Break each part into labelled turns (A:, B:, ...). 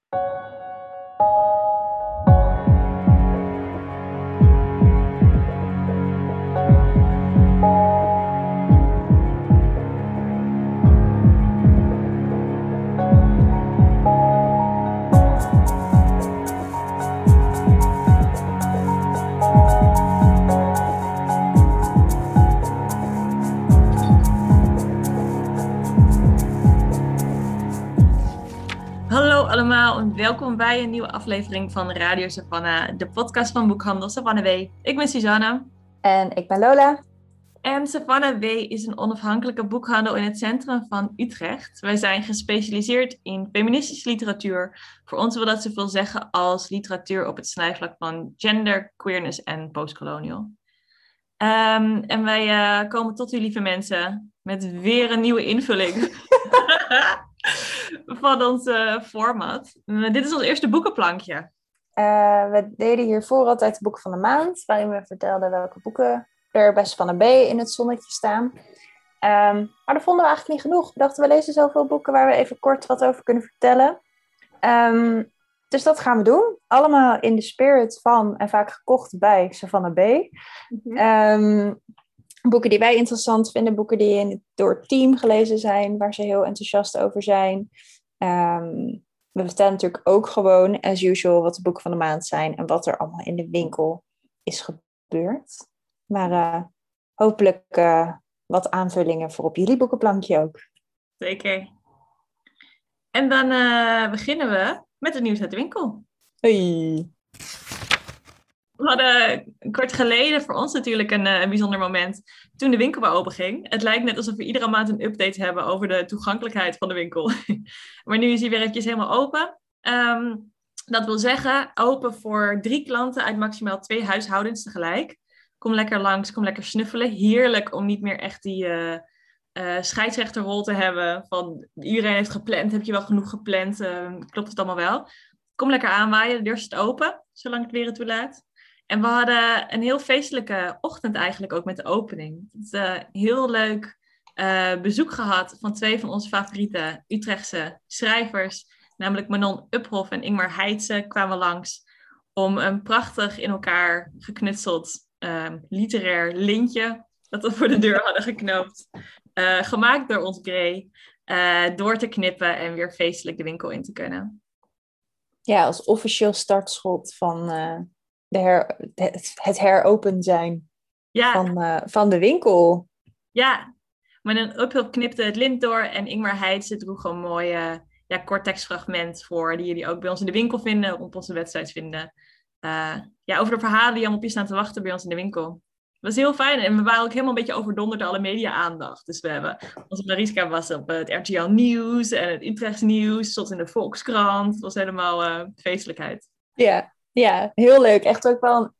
A: Hallo allemaal en welkom bij een nieuwe aflevering van Radio Savannah, de podcast van boekhandel Savannah W. Ik ben Suzanne.
B: En ik ben Lola.
A: En Savannah W is een onafhankelijke boekhandel in het centrum van Utrecht. Wij zijn gespecialiseerd in feministische literatuur. Voor ons wil dat zoveel zeggen als literatuur op het snijvlak van gender, queerness en postcolonial. En wij komen tot u, lieve mensen, met weer een nieuwe invulling van ons format. Dit is ons eerste boekenplankje.
B: We deden hiervoor altijd de boeken van de maand, waarin we vertelden welke boeken er bij Savannah B in het zonnetje staan. Maar dat vonden we eigenlijk niet genoeg. We dachten, we lezen zoveel boeken waar we even kort wat over kunnen vertellen. Dus dat gaan we doen. Allemaal in de spirit van en vaak gekocht bij Savannah B. Mm-hmm. Boeken die wij interessant vinden, boeken die door het team gelezen zijn, waar ze heel enthousiast over zijn. We vertellen natuurlijk ook gewoon, as usual, wat de boeken van de maand zijn en wat er allemaal in de winkel is gebeurd. Maar hopelijk wat aanvullingen voor op jullie boekenplankje ook.
A: Zeker. En dan beginnen we met het nieuws uit de winkel.
B: Hey.
A: We hadden kort geleden voor ons natuurlijk een bijzonder moment toen de winkel weer open ging. Het lijkt net alsof we iedere maand een update hebben over de toegankelijkheid van de winkel. Maar nu is hij weer eventjes helemaal open. Dat wil zeggen, open voor 3 klanten uit maximaal 2 huishoudens tegelijk. Kom lekker langs, kom lekker snuffelen. Heerlijk om niet meer echt die scheidsrechterrol te hebben. Van iedereen heeft gepland, heb je wel genoeg gepland? Klopt het allemaal wel? Kom lekker aanwaaien, de deur staat open, zolang het weer het toelaat. En we hadden een heel feestelijke ochtend eigenlijk ook met de opening. Het is heel leuk bezoek gehad van 2 van onze favoriete Utrechtse schrijvers. Namelijk Manon Uphoff en Ingmar Heitse kwamen langs om een prachtig in elkaar geknutseld literair lintje dat we voor de deur hadden geknoopt. Gemaakt door ons Grey. Door te knippen en weer feestelijk de winkel in te kunnen.
B: Ja, als officieel startschot van het heropen zijn van de winkel.
A: Ja, Manon Uphoff knipte het lint door en Ingmar Heitse droeg een mooi kort tekstfragment voor, die jullie ook bij ons in de winkel vinden, op onze websites vinden. Over de verhalen die allemaal op je staan te wachten bij ons in de winkel. Dat was heel fijn en we waren ook helemaal een beetje overdonderd door alle media-aandacht. Dus we hebben, onze Mariska was op het RTL Nieuws en het Utrechts Nieuws, tot in de Volkskrant. Het was helemaal feestelijkheid.
B: Ja, heel leuk. Echt ook wel een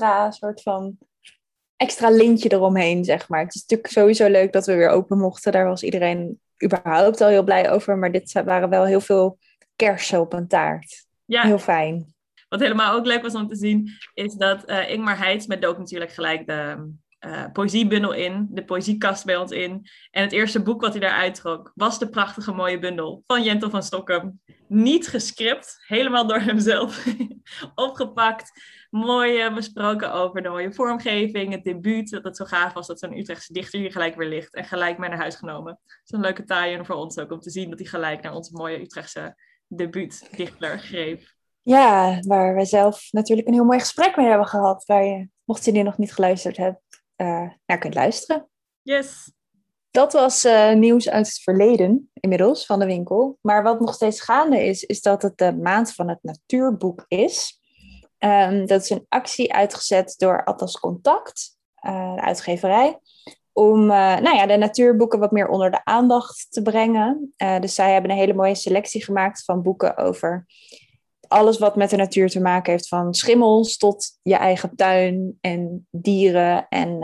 B: extra lintje eromheen, zeg maar. Het is natuurlijk sowieso leuk dat we weer open mochten. Daar was iedereen überhaupt al heel blij over. Maar dit waren wel heel veel kersen op een taart. Ja. Heel fijn.
A: Wat helemaal ook leuk was om te zien, is dat Ingmar Heitse met dook natuurlijk gelijk de poëziebundel in, de poëziekast bij ons in. En het eerste boek wat hij daaruit trok, was de prachtige mooie bundel van Jentel van Stokkem. Niet gescript, helemaal door hemzelf opgepakt. Mooi besproken over de mooie vormgeving, het debuut, dat het zo gaaf was dat zo'n Utrechtse dichter hier gelijk weer ligt en gelijk mee naar huis genomen. Zo'n leuke tie-in voor ons ook, om te zien dat hij gelijk naar onze mooie Utrechtse debuutdichter greep.
B: Ja, waar we zelf natuurlijk een heel mooi gesprek mee hebben gehad, waar je, mocht je die nog niet geluisterd hebt, naar kunt luisteren.
A: Yes.
B: Dat was nieuws uit het verleden, inmiddels, van de winkel. Maar wat nog steeds gaande is dat het de maand van het natuurboek is. Dat is een actie uitgezet door Atlas Contact, de uitgeverij, om de natuurboeken wat meer onder de aandacht te brengen. Dus zij hebben een hele mooie selectie gemaakt van boeken over alles wat met de natuur te maken heeft, van schimmels tot je eigen tuin en dieren en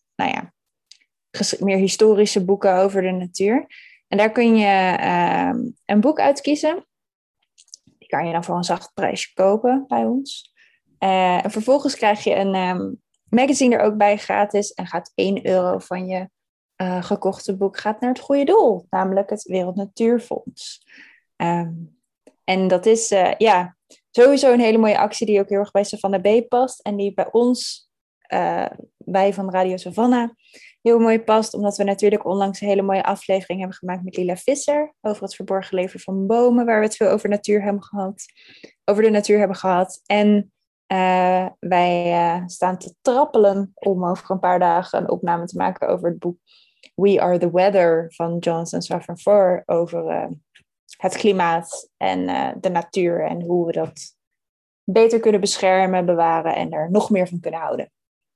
B: meer historische boeken over de natuur. En daar kun je een boek uitkiezen. Die kan je dan voor een zacht prijsje kopen bij ons. En vervolgens krijg je een magazine er ook bij gratis en gaat €1 van je gekochte boek gaat naar het goede doel, namelijk het Wereld Natuurfonds. En dat is sowieso een hele mooie actie die ook heel erg bij Savannah B past. En die bij ons, bij van Radio Savannah, heel mooi past. Omdat we natuurlijk onlangs een hele mooie aflevering hebben gemaakt met Lila Visser. Over het verborgen leven van bomen, waar we het veel over de natuur hebben gehad. En wij staan te trappelen om over een paar dagen een opname te maken over het boek We Are the Weather van Jonathan Safran Foer. Over het klimaat en de natuur en hoe we dat beter kunnen beschermen, bewaren en er nog meer van kunnen houden.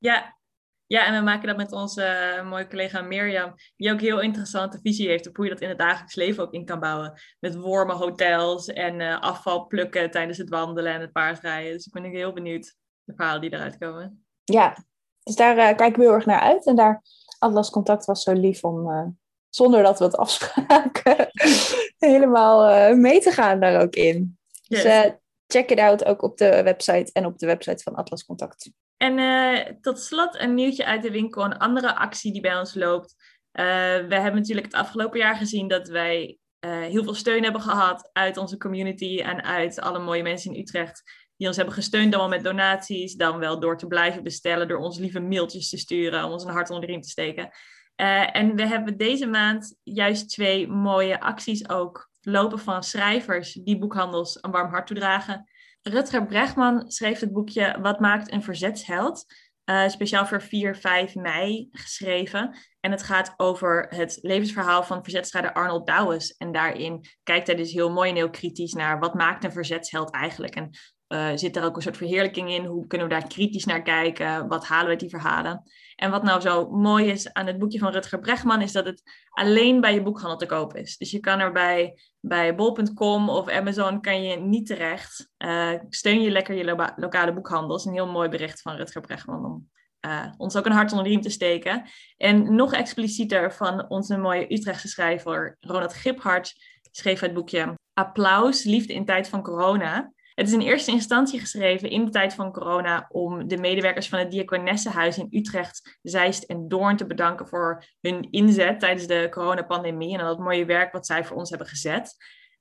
A: Ja, en we maken dat met onze mooie collega Mirjam, die ook heel interessante visie heeft op hoe je dat in het dagelijks leven ook in kan bouwen. Met warme hotels en afval plukken tijdens het wandelen en het paardrijden. Dus ik ben heel benieuwd de verhalen die eruit komen.
B: Ja, dus daar kijken we heel erg naar uit. En daar Atlas Contact was zo lief om, zonder dat we het afspraken, helemaal mee te gaan daar ook in. Yes. Dus check it out ook op de website en op de website van Atlas Contact.
A: En tot slot een nieuwtje uit de winkel, een andere actie die bij ons loopt. We hebben natuurlijk het afgelopen jaar gezien dat wij heel veel steun hebben gehad uit onze community en uit alle mooie mensen in Utrecht die ons hebben gesteund, dan wel met donaties, dan wel door te blijven bestellen, door ons lieve mailtjes te sturen, om ons een hart onder de riem te steken. En we hebben deze maand juist 2 mooie acties ook lopen van schrijvers die boekhandels een warm hart toedragen. Rutger Bregman schreef het boekje Wat maakt een verzetsheld? Speciaal voor 4-5 mei geschreven. En het gaat over het levensverhaal van verzetstrijder Arnold Douwes. En daarin kijkt hij dus heel mooi en heel kritisch naar wat maakt een verzetsheld eigenlijk. En zit er ook een soort verheerlijking in? Hoe kunnen we daar kritisch naar kijken? Wat halen we uit die verhalen? En wat nou zo mooi is aan het boekje van Rutger Bregman, is dat het alleen bij je boekhandel te koop is. Dus je kan er bij bol.com of Amazon kan je niet terecht. Steun je lekker je lokale boekhandels. Een heel mooi bericht van Rutger Bregman om ons ook een hart onder de riem te steken. En nog explicieter van onze mooie Utrechtse schrijver Ronald Giphart schreef het boekje Applaus, liefde in tijd van corona. Het is in eerste instantie geschreven in de tijd van corona om de medewerkers van het Diakonessenhuis in Utrecht, Zeist en Doorn te bedanken voor hun inzet tijdens de coronapandemie en al het mooie werk wat zij voor ons hebben gezet.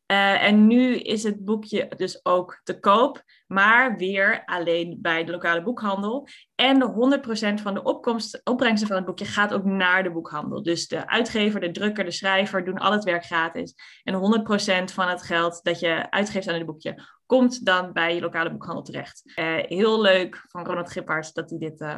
A: En nu is het boekje dus ook te koop, maar weer alleen bij de lokale boekhandel. En de 100% van de opbrengsten van het boekje gaat ook naar de boekhandel. Dus de uitgever, de drukker, de schrijver doen al het werk gratis. En 100% van het geld dat je uitgeeft aan het boekje komt dan bij je lokale boekhandel terecht. Heel leuk van Ronald Giphart dat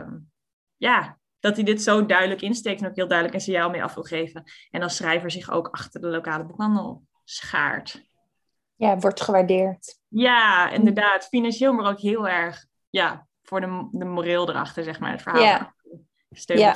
A: hij dit zo duidelijk insteekt en ook heel duidelijk een signaal mee af wil geven. En als schrijver zich ook achter de lokale boekhandel schaart.
B: Ja, wordt gewaardeerd.
A: Ja, inderdaad. Financieel, maar ook heel erg voor de moreel erachter, zeg maar. Het verhaal.
B: Ja.
A: Steun.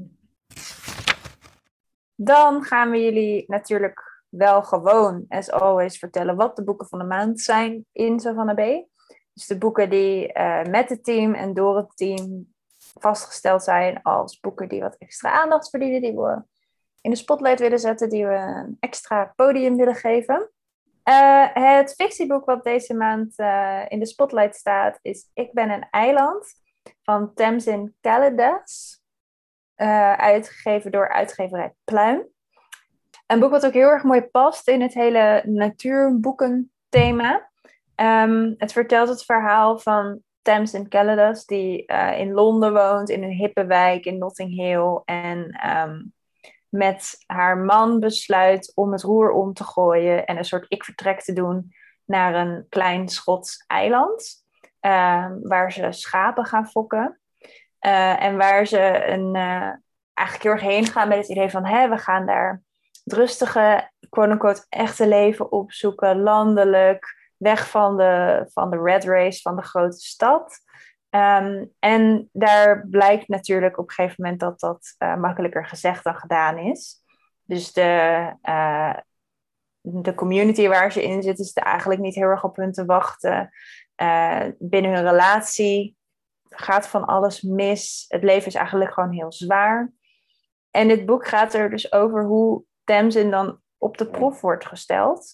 B: Dan gaan we jullie natuurlijk wel gewoon, as always, vertellen wat de boeken van de maand zijn in Savannah B. Dus de boeken die met het team en door het team vastgesteld zijn als boeken die wat extra aandacht verdienen, die we in de spotlight willen zetten, die we een extra podium willen geven. Het fictieboek wat deze maand in de spotlight staat is Ik ben een eiland van Tamsin Kalidas, uitgegeven door uitgeverij Pluim. Een boek wat ook heel erg mooi past in het hele natuurboeken thema. Het vertelt het verhaal van Tamsin Kalidas die in Londen woont, in een hippe wijk in Notting Hill en met haar man besluit om het roer om te gooien en een soort ik-vertrek te doen naar een klein Schots eiland. Waar ze schapen gaan fokken. En waar ze eigenlijk heel erg heen gaan met het idee van we gaan daar het rustige, quote-unquote, echte leven opzoeken. Landelijk, weg van de red race, van de grote stad. En daar blijkt natuurlijk op een gegeven moment dat makkelijker gezegd dan gedaan is. Dus de community waar ze in zit is er eigenlijk niet heel erg op hun te wachten. Binnen hun relatie gaat van alles mis. Het leven is eigenlijk gewoon heel zwaar. En dit boek gaat er dus over hoe Tamsin dan op de proef wordt gesteld.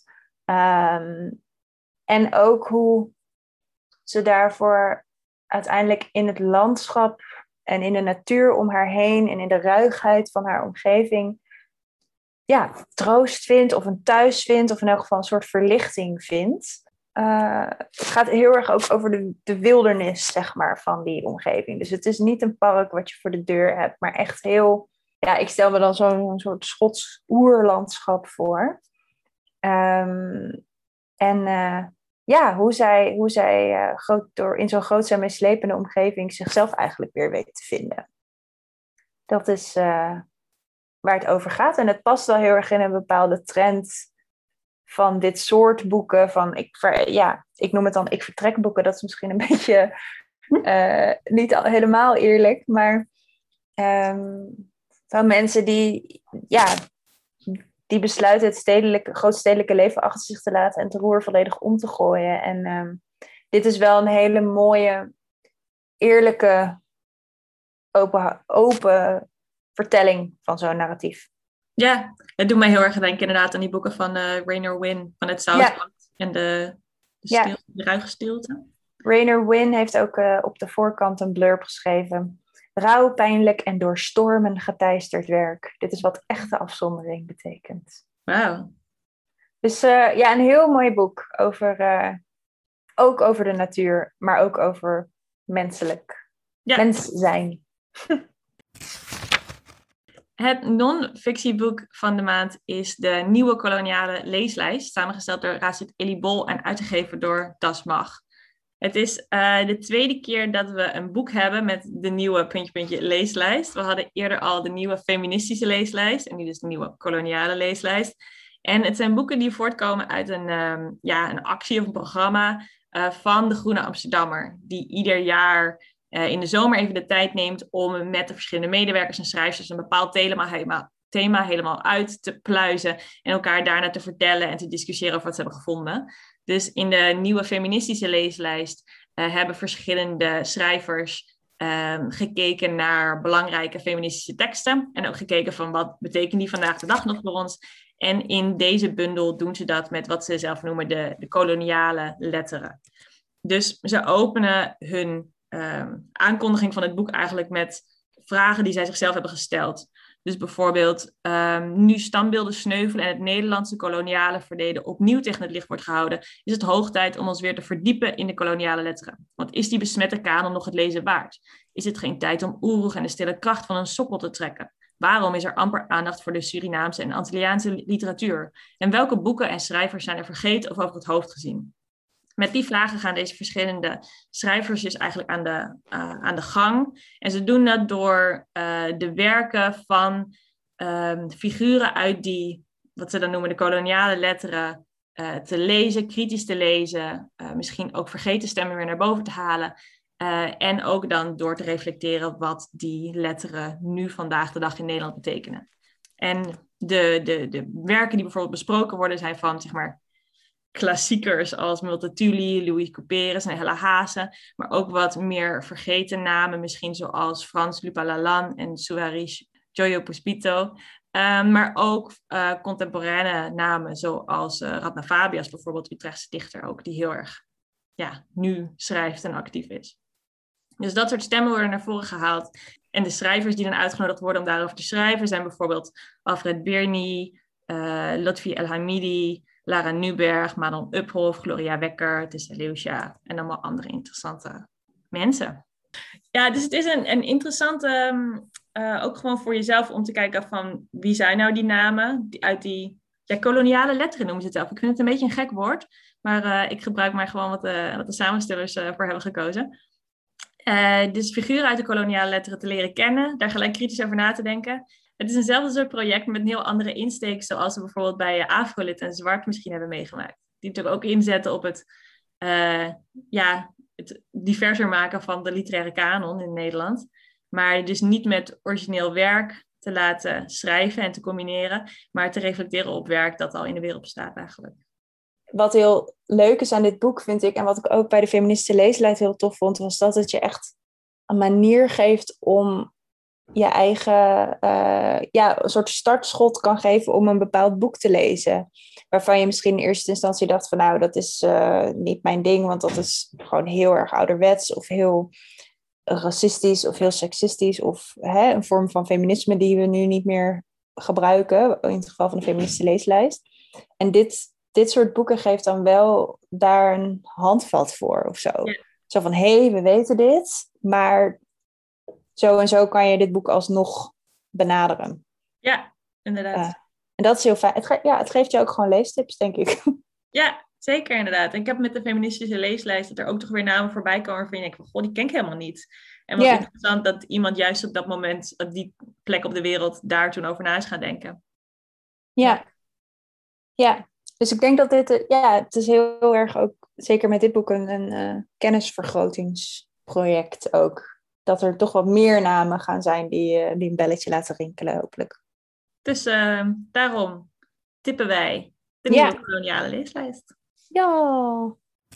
B: En ook hoe ze daarvoor uiteindelijk in het landschap en in de natuur om haar heen en in de ruigheid van haar omgeving troost vindt of een thuis vindt of in elk geval een soort verlichting vindt. het gaat heel erg ook over de wildernis, zeg maar, van die omgeving. Dus het is niet een park wat je voor de deur hebt, maar echt heel... Ja, ik stel me dan zo'n soort Schots oerlandschap voor. Hoe zij in zo'n groot en meeslepende omgeving zichzelf eigenlijk weer weet te vinden. Dat is waar het over gaat. En het past wel heel erg in een bepaalde trend van dit soort boeken. Ik noem het dan ik vertrek boeken. Dat is misschien een beetje helemaal eerlijk. Maar van mensen die besluiten het grootstedelijke leven achter zich te laten en het roer volledig om te gooien. En dit is wel een hele mooie, eerlijke, open vertelling van zo'n narratief.
A: Ja, het doet mij heel erg denken inderdaad aan die boeken van Raynor Winn van het Zoutpad en de ruige stilte.
B: Raynor Winn heeft ook op de voorkant een blurb geschreven. Rauw, pijnlijk en door stormen geteisterd werk. Dit is wat echte afzondering betekent.
A: Wauw.
B: Dus een heel mooi boek. Ook over de natuur, maar ook over mens zijn.
A: Het non-fictieboek van de maand is de Nieuwe Koloniale Leeslijst, samengesteld door Racit Elibol en uitgegeven door Das Mag. Het is de tweede keer dat we een boek hebben met de nieuwe ... leeslijst. We hadden eerder al de nieuwe feministische leeslijst en nu dus de nieuwe koloniale leeslijst. En het zijn boeken die voortkomen uit een actie of een programma van de Groene Amsterdammer, die ieder jaar in de zomer even de tijd neemt om met de verschillende medewerkers en schrijvers een bepaald thema helemaal uit te pluizen en elkaar daarna te vertellen en te discussiëren over wat ze hebben gevonden. Dus in de nieuwe feministische leeslijst hebben verschillende schrijvers gekeken naar belangrijke feministische teksten en ook gekeken van wat betekenen die vandaag de dag nog voor ons. En in deze bundel doen ze dat met wat ze zelf noemen de koloniale letteren. Dus ze openen hun aankondiging van het boek eigenlijk met vragen die zij zichzelf hebben gesteld. Dus bijvoorbeeld, nu standbeelden sneuvelen en het Nederlandse koloniale verleden opnieuw tegen het licht wordt gehouden, is het hoog tijd om ons weer te verdiepen in de koloniale letteren. Want is die besmette kanon nog het lezen waard? Is het geen tijd om Oeroeg en de stille kracht van een sokkel te trekken? Waarom is er amper aandacht voor de Surinaamse en Antilliaanse literatuur? En welke boeken en schrijvers zijn er vergeten of over het hoofd gezien? Met die vragen gaan deze verschillende schrijvers dus eigenlijk aan de gang. En ze doen dat door de werken van figuren uit die, wat ze dan noemen, de koloniale letteren te lezen, kritisch te lezen, misschien ook vergeten stemmen weer naar boven te halen. En ook dan door te reflecteren wat die letteren nu vandaag de dag in Nederland betekenen. En de werken die bijvoorbeeld besproken worden zijn van, zeg maar, klassiekers als Multatuli, Louis Couperus en Hella Haase, maar ook wat meer vergeten namen, misschien zoals Frans Lupalalan en Suarish Joyo Puspito. Maar ook contemporaine namen zoals Radna Fabias, bijvoorbeeld Utrechtse dichter ook, die heel erg nu schrijft en actief is. Dus dat soort stemmen worden naar voren gehaald. En de schrijvers die dan uitgenodigd worden om daarover te schrijven zijn bijvoorbeeld Alfred Birni, Lotfi El Hamidi, Lara Nuberg, Manon Uphoff, Gloria Wekker, Tessa Leusja en allemaal andere interessante mensen. Ja, dus het is een interessante, ook gewoon voor jezelf om te kijken van wie zijn nou die namen uit die koloniale letteren noemen ze het zelf. Ik vind het een beetje een gek woord, maar ik gebruik maar gewoon wat de samenstellers voor hebben gekozen. Dus figuren uit de koloniale letteren te leren kennen, daar gelijk kritisch over na te denken. Het is eenzelfde soort project met een heel andere insteek, zoals we bijvoorbeeld bij Afrolit en Zwart misschien hebben meegemaakt. Die natuurlijk ook inzetten op het diverser maken van de literaire kanon in Nederland. Maar dus niet met origineel werk te laten schrijven en te combineren, maar te reflecteren op werk dat al in de wereld bestaat eigenlijk.
B: Wat heel leuk is aan dit boek, vind ik, en wat ik ook bij de feministische leeslijst heel tof vond, was dat het je echt een manier geeft om je eigen een soort startschot kan geven om een bepaald boek te lezen. Waarvan je misschien in eerste instantie dacht van nou, dat is niet mijn ding, want dat is gewoon heel erg ouderwets of heel racistisch of heel seksistisch of een vorm van feminisme die we nu niet meer gebruiken, in het geval van de feministische leeslijst. En dit dit soort boeken geeft dan wel daar een handvat voor of zo.
A: Ja.
B: Zo van, hé, we weten dit, maar zo en zo kan je dit boek alsnog benaderen.
A: Ja, inderdaad.
B: En dat is heel fijn. Het geeft je ook gewoon leestips, denk ik.
A: Ja, zeker inderdaad. En ik heb met de feministische leeslijst dat er ook toch weer namen voorbij komen waarvan je denkt van, goh, die ken ik helemaal niet. En wat interessant dat iemand juist op dat moment, op die plek op de wereld, daar toen over na is gaan denken.
B: Ja. Dus ik denk dat dit, het is heel erg ook, zeker met dit boek, een kennisvergrotingsproject ook. Dat er toch wat meer namen gaan zijn die een belletje laten rinkelen, hopelijk.
A: Dus daarom tippen wij de nieuwe koloniale leeslijst.
B: Ja.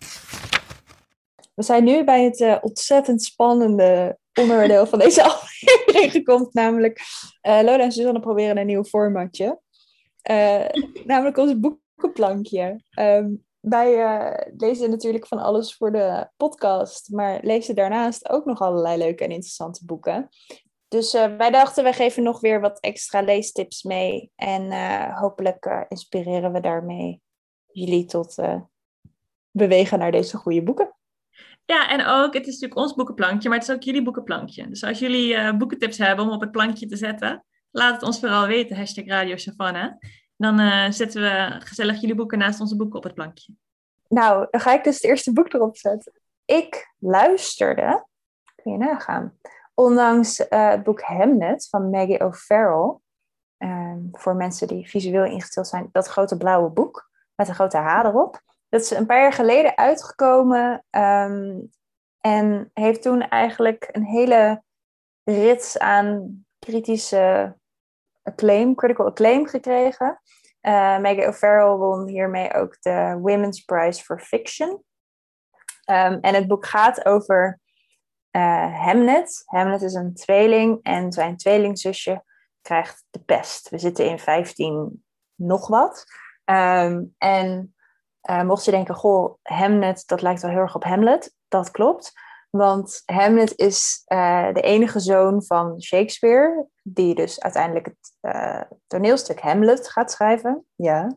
B: We zijn nu bij het ontzettend spannende onderdeel van deze aflevering gekomen. Namelijk, Lola en Suzanne proberen een nieuw formatje. Namelijk ons boekenplankje. Wij lezen natuurlijk van alles voor de podcast. Maar lezen daarnaast ook nog allerlei leuke en interessante boeken. Dus wij dachten, wij geven nog weer wat extra leestips mee. En hopelijk inspireren we daarmee jullie tot bewegen naar deze goede boeken.
A: Ja, en ook, het is natuurlijk ons boekenplankje, maar het is ook jullie boekenplankje. Dus als jullie boekentips hebben om op het plankje te zetten, laat het ons vooral weten, #Radio Savannah. Dan zetten we gezellig jullie boeken naast onze boeken op het plankje.
B: Nou, dan ga ik dus het eerste boek erop zetten. Ik luisterde, kun je nagaan, ondanks het boek Hamnet van Maggie O'Farrell. Voor mensen die visueel ingesteld zijn, dat grote blauwe boek met een grote H erop. Dat is een paar jaar geleden uitgekomen en heeft toen eigenlijk een hele rits aan critical acclaim gekregen. Maggie O'Farrell won hiermee ook de Women's Prize for Fiction. En het boek gaat over Hamnet. Hamnet is een tweeling en zijn tweelingzusje krijgt de pest. We zitten in 15 nog wat. En mocht je denken, goh, Hamnet, dat lijkt wel heel erg op Hamlet. Dat klopt. Want Hamlet is de enige zoon van Shakespeare, die dus uiteindelijk het toneelstuk Hamlet gaat schrijven. Ja.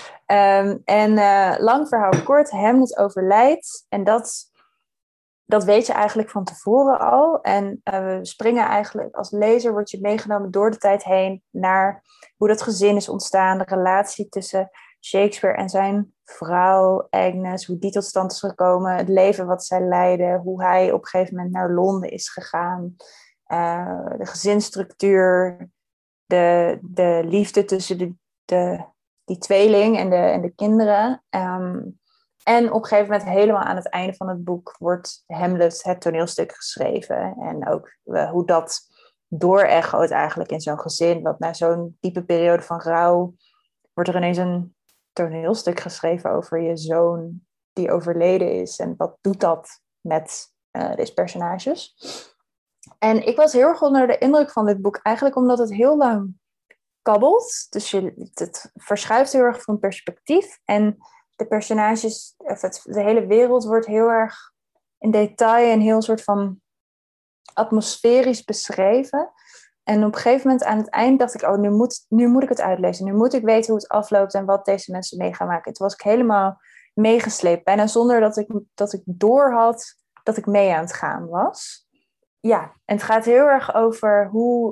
B: Lang verhaal kort, Hamlet overlijdt. En dat weet je eigenlijk van tevoren al. En we springen eigenlijk, als lezer word je meegenomen door de tijd heen naar hoe dat gezin is ontstaan, de relatie tussen Shakespeare en zijn vrouw Agnes, hoe die tot stand is gekomen, het leven wat zij leiden, hoe hij op een gegeven moment naar Londen is gegaan, de gezinsstructuur, de liefde tussen die tweeling en de kinderen. En op een gegeven moment, helemaal aan het einde van het boek, wordt Hamlet, het toneelstuk, geschreven. En ook hoe dat doorechoot eigenlijk in zo'n gezin. Want na zo'n diepe periode van rouw wordt er ineens een toneelstuk geschreven over je zoon die overleden is. En wat doet dat met deze personages? En ik was heel erg onder de indruk van dit boek. Eigenlijk omdat het heel lang kabbelt. Dus het verschuift heel erg van perspectief. En de personages, de hele wereld wordt heel erg in detail en heel soort van atmosferisch beschreven. En op een gegeven moment aan het eind dacht ik, oh, nu moet ik het uitlezen. Nu moet ik weten hoe het afloopt en wat deze mensen mee gaan maken. Toen was ik helemaal meegesleept. Bijna zonder dat ik door had dat ik mee aan het gaan was. Ja, en het gaat heel erg over hoe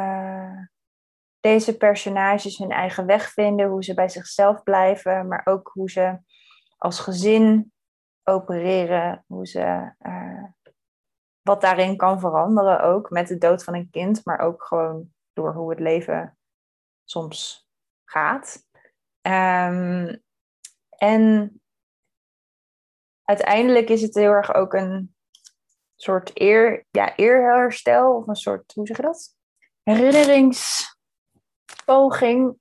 B: deze personages hun eigen weg vinden, hoe ze bij zichzelf blijven, maar ook hoe ze als gezin opereren, hoe ze wat daarin kan veranderen ook met de dood van een kind, maar ook gewoon door hoe het leven soms gaat. En uiteindelijk is het heel erg ook een soort eerherstel of een soort, hoe zeg je dat? Herinneringspoging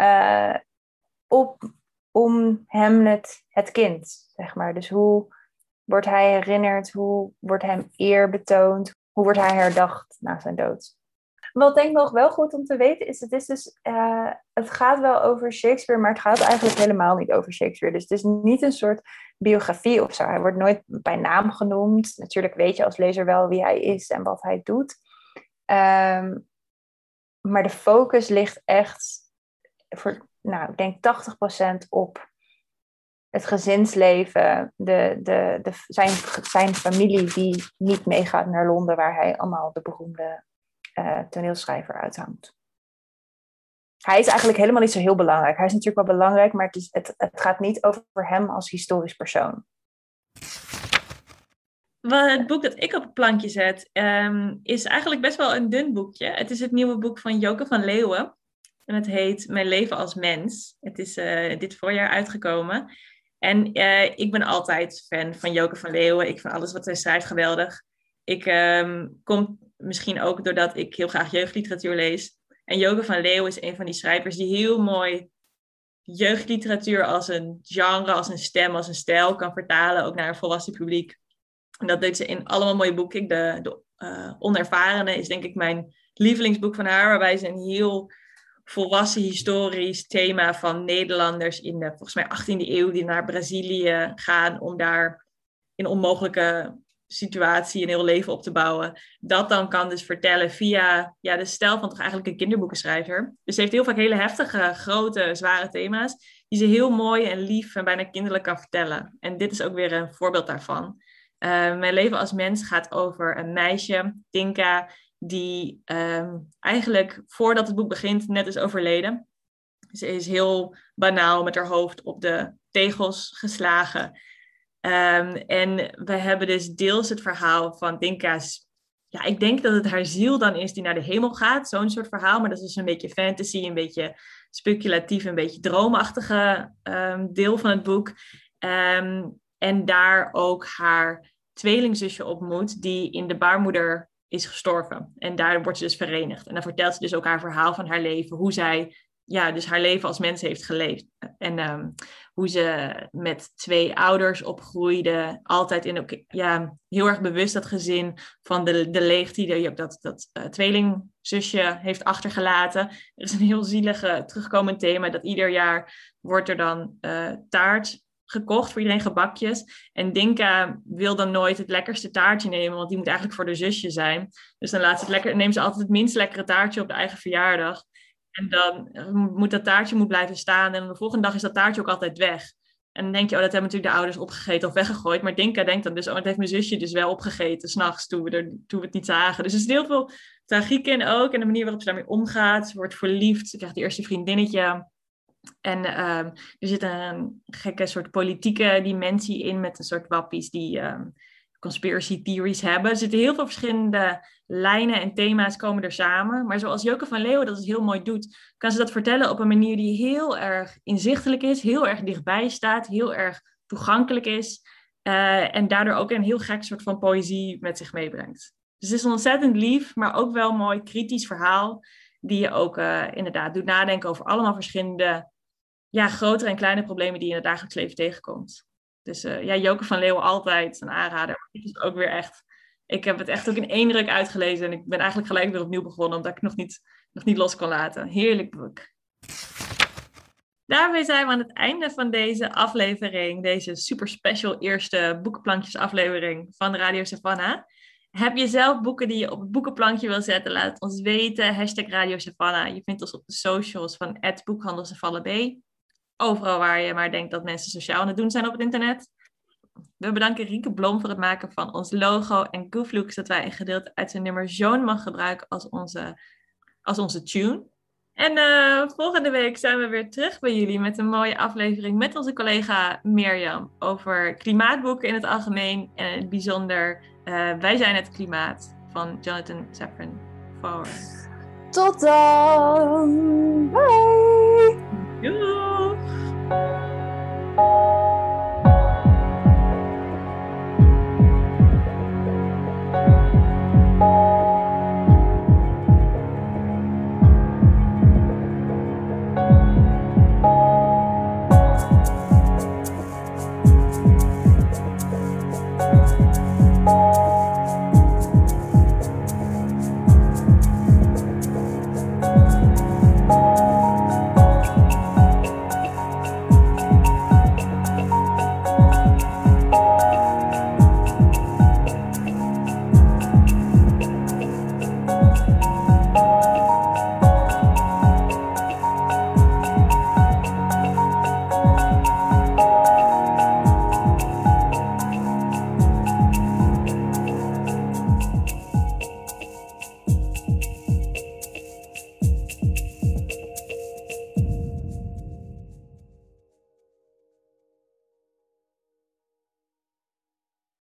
B: om Hamlet het kind, zeg maar. Dus hoe wordt hij herinnerd? Hoe wordt hem eer betoond? Hoe wordt hij herdacht na zijn dood? Wat denk ik nog wel goed om te weten is, het gaat wel over Shakespeare, maar het gaat eigenlijk helemaal niet over Shakespeare. Dus het is niet een soort biografie of zo. Hij wordt nooit bij naam genoemd. Natuurlijk weet je als lezer wel wie hij is en wat hij doet. Maar de focus ligt echt voor, ik denk 80% op het gezinsleven, zijn familie die niet meegaat naar Londen, waar hij allemaal de beroemde toneelschrijver uithangt. Hij is eigenlijk helemaal niet zo heel belangrijk. Hij is natuurlijk wel belangrijk, maar het gaat niet over hem als historisch persoon.
A: Het boek dat ik op het plankje zet, is eigenlijk best wel een dun boekje. Het is het nieuwe boek van Joke van Leeuwen. En het heet Mijn leven als mens. Het is dit voorjaar uitgekomen. En ik ben altijd fan van Joke van Leeuwen. Ik vind alles wat hij schrijft geweldig. Ik kom misschien ook doordat ik heel graag jeugdliteratuur lees. En Joke van Leeuwen is een van die schrijvers die heel mooi jeugdliteratuur als een genre, als een stem, als een stijl kan vertalen. Ook naar een volwassen publiek. En dat deed ze in allemaal mooie boeken. De Onervarene is denk ik mijn lievelingsboek van haar. Waarbij ze een heel volwassen historisch thema van Nederlanders in de volgens mij 18e eeuw die naar Brazilië gaan om daar in onmogelijke situatie een heel leven op te bouwen. Dat dan kan dus vertellen via de stijl van toch eigenlijk een kinderboekenschrijver. Dus ze heeft heel vaak hele heftige, grote, zware thema's die ze heel mooi en lief en bijna kinderlijk kan vertellen. En dit is ook weer een voorbeeld daarvan. Mijn leven als mens gaat over een meisje, Tinka, die eigenlijk voordat het boek begint net is overleden. Ze is heel banaal met haar hoofd op de tegels geslagen. En we hebben dus deels het verhaal van Tinka's... Ja, ik denk dat het haar ziel dan is die naar de hemel gaat. Zo'n soort verhaal, maar dat is dus een beetje fantasy, een beetje speculatief, een beetje droomachtige deel van het boek. En daar ook haar tweelingzusje ontmoet, die in de baarmoeder is gestorven. En daar wordt ze dus verenigd. En dan vertelt ze dus ook haar verhaal van haar leven. Hoe zij dus haar leven als mens heeft geleefd. En hoe ze met 2 ouders opgroeide. Altijd heel erg bewust dat gezin van de leegte die dat tweelingzusje heeft achtergelaten. Er is een heel zielige terugkomend thema dat ieder jaar wordt er dan taart gekocht voor iedereen, gebakjes. En Dinka wil dan nooit het lekkerste taartje nemen, want die moet eigenlijk voor de zusje zijn. Dus dan neemt ze altijd het minst lekkere taartje op de eigen verjaardag. En dan moet dat taartje blijven staan. En de volgende dag is dat taartje ook altijd weg. En dan denk je, dat hebben natuurlijk de ouders opgegeten of weggegooid. Maar Dinka denkt dan dus, dat heeft mijn zusje dus wel opgegeten, 's nachts toen we het niet zagen. Dus er zit heel veel tragiek in ook. En de manier waarop ze daarmee omgaat. Ze wordt verliefd, ze krijgt die eerste vriendinnetje. En er zit een gekke soort politieke dimensie in met een soort wappies die conspiracy theories hebben. Er zitten heel veel verschillende lijnen en thema's komen er samen. Maar zoals Joke van Leeuwen dat het heel mooi doet, kan ze dat vertellen op een manier die heel erg inzichtelijk is, heel erg dichtbij staat, heel erg toegankelijk is. En daardoor ook een heel gek soort van poëzie met zich meebrengt. Dus het is een ontzettend lief, maar ook wel mooi kritisch verhaal, die je ook inderdaad doet nadenken over allemaal verschillende grotere en kleine problemen die je in het dagelijks leven tegenkomt. Dus Joke van Leeuwen altijd een aanrader. Het is ook weer echt... Ik heb het echt ook in 1 ruk uitgelezen en ik ben eigenlijk gelijk weer opnieuw begonnen, omdat ik het nog niet los kon laten. Heerlijk boek. Daarmee zijn we aan het einde van deze aflevering, deze super special eerste boekenplankjes aflevering van Radio Savannah. Heb je zelf boeken die je op het boekenplankje wil zetten? Laat het ons weten. #Radio Savannah. Je vindt ons op de socials van @boekhandel Savannah B. Overal waar je maar denkt dat mensen sociaal aan het doen zijn op het internet. We bedanken Rieke Blom voor het maken van ons logo en Gooflux dat wij een gedeelte uit zijn nummer Joan mag gebruiken als onze tune. En volgende week zijn we weer terug bij jullie met een mooie aflevering met onze collega Mirjam over klimaatboeken in het algemeen en in het bijzonder Wij zijn het klimaat van Jonathan Safran Foer.
B: Tot dan! Bye!
A: Doei!